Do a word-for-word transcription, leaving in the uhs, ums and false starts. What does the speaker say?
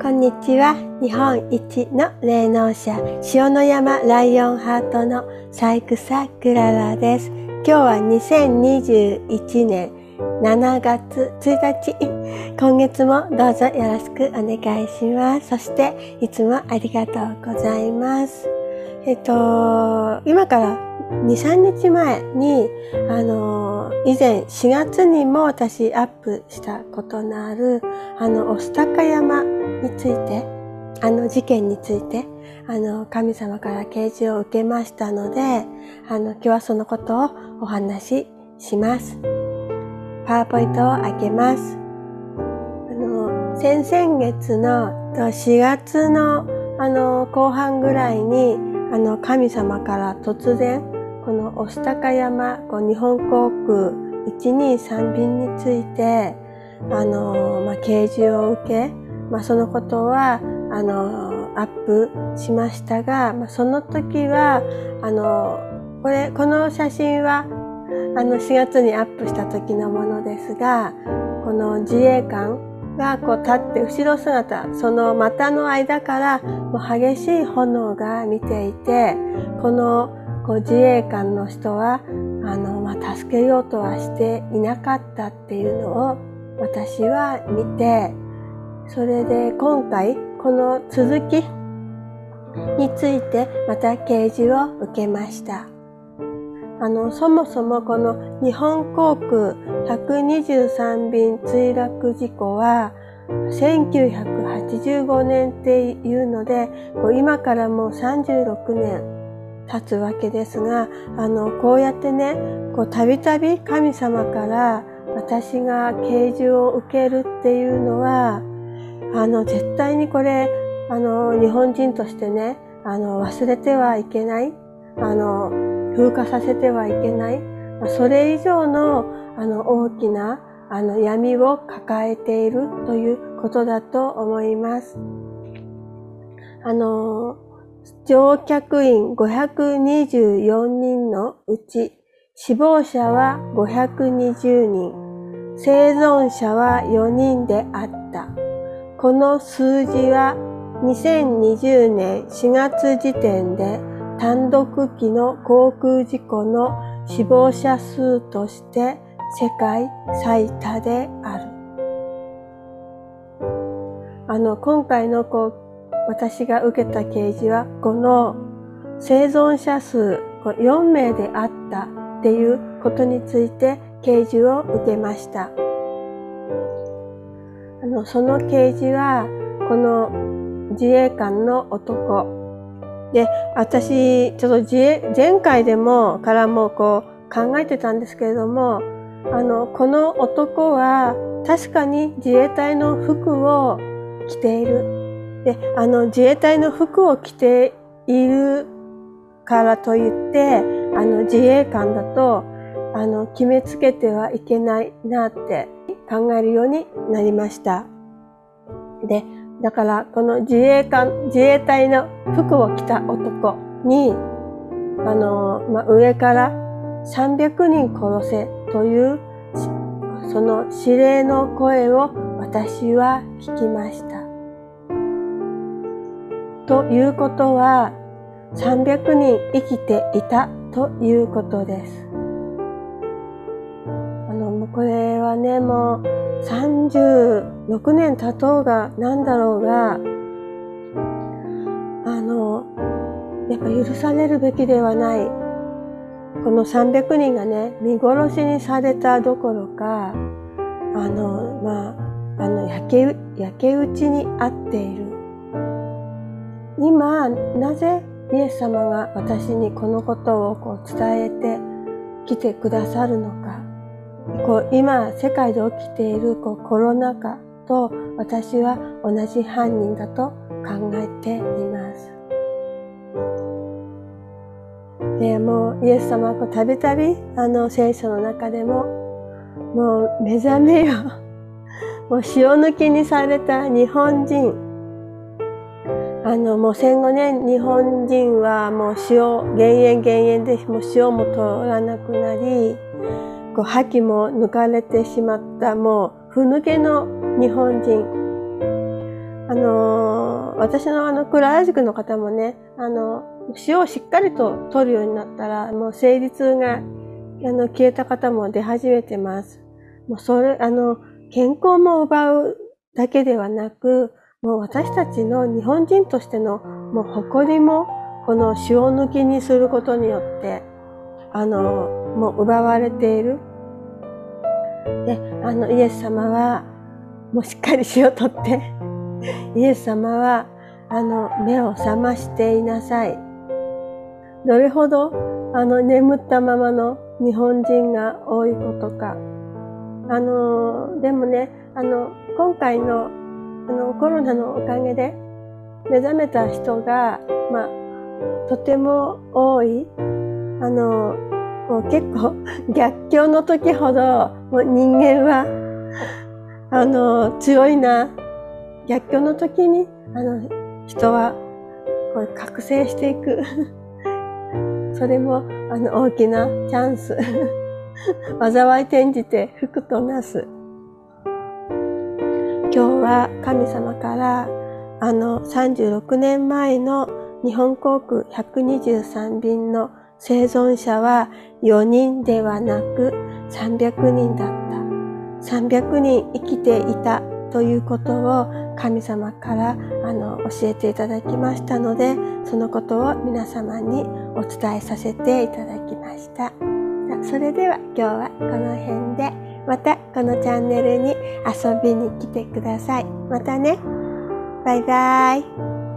こんにちは。日本一の霊能者、塩の山ライオンハートのサイクサクララです。今日はにせんにじゅういちねんしちがつついたち。今月もどうぞよろしくお願いします。そしていつもありがとうございます。えっと、今からに、さんにちまえに、あの、以前しがつにも私アップしたことのある、あの、御巣鷹山について、あの事件について、あの、神様から啓示を受けましたので、あの、今日はそのことをお話しします。パワーポイントを開けます。あの、先々月のしがつの、あの、後半ぐらいに、あの、神様から突然、この御巣鷹山、こう日本航空いちにさん便について、あの、まあ、啓示を受け、まあ、そのことは、あの、アップしましたが、まあ、その時は、あの、これ、この写真は、あの、しがつにアップした時のものですが、この自衛官がこう立って、後ろ姿、その股の間から、もう激しい炎が見ていて、この、こう自衛官の人は、あの、まあ、助けようとはしていなかったっていうのを私は見て、それで今回この続きについてまた啓示を受けました。あの、そもそもこの日本航空ひゃくにじゅうさん便墜落事故はせんきゅうひゃくはちじゅうごねんっていうので、こう今からもうさんじゅうろくねん経つわけですが、あの、こうやってね、こうたびたび神様から私が啓示を受けるっていうのは、あの、絶対にこれ、あの、日本人としてね、あの、忘れてはいけない、あの、風化させてはいけない、それ以上の、あの、大きな、あの、闇を抱えているということだと思います。あの、乗客員ごひゃくにじゅうよにんのうち、死亡者はごひゃくにじゅうにん、生存者はよにんであった。この数字はにせんにじゅうねんしがつ時点で単独機の航空事故の死亡者数として世界最多である。あの、今回のこう、私が受けた啓示は、この生存者数よんめいであったっていうことについて啓示を受けました。あの、その啓示は、この自衛官の男。で、私、ちょっと自衛、前回でもからもこう考えてたんですけれども、あの、この男は確かに自衛隊の服を着ている。で、あの、自衛隊の服を着ているからといって、あの、自衛官だと、あの、決めつけてはいけないなって考えるようになりました。で、だから、この自衛官、自衛隊の服を着た男に、あの、まあ、上からさんびゃくにん殺せという、その指令の声を私は聞きました。ということは、さんびゃくにん生きていたということです。あの、もうこれはね、もうさんじゅうろくねん経とうがなんだろうが、あの、やっぱ許されるべきではない。このさんびゃくにんがね、見殺しにされたどころか、あの、まあ、あの、焼け、焼け討ちにあっている。今、なぜイエス様が私にこのことをこう伝えてきてくださるのか。こう今、世界で起きているこうコロナ禍と私は同じ犯人だと考えています。で、もうイエス様はたびたびあの聖書の中でも、もう目覚めよ。もう塩抜きにされた日本人。あの、もう戦後ね、日本人はもう塩、減塩減塩でもう塩も取らなくなり、こう覇気も抜かれてしまった、もう、ふぬけの日本人。あの私のあの、クライ塾の方もね、あの、塩をしっかりと取るようになったら、もう生理痛が、あの、消えた方も出始めてます。もうそれ、あの、健康も奪うだけではなく、もう私たちの日本人としてのもう誇りも、この塩抜きにすることによって、あの、もう奪われている。で、あの、イエス様は、もうしっかり塩取って、イエス様は、あの、目を覚ましていなさい。どれほど、あの、眠ったままの日本人が多いことか。あの、でもね、あの、今回の、あの、コロナのおかげで、目覚めた人が、まあ、とても多い。あの、こう結構、逆境の時ほど、もう人間は、あの、強いな。逆境の時に、あの、人は、こう覚醒していく。それも、あの、大きなチャンス。災い転じて福となす。今日は神様から、あの、さんじゅうろくねんまえの日本航空ひゃくにじゅうさんびんの生存者はよにんではなくさんびゃくにんだった。さんびゃくにん生きていたということを神様からあの教えていただきましたので、そのことを皆様にお伝えさせていただきました。それでは今日はこの辺で、またこのチャンネルに遊びに来てください。またね。バイバイ。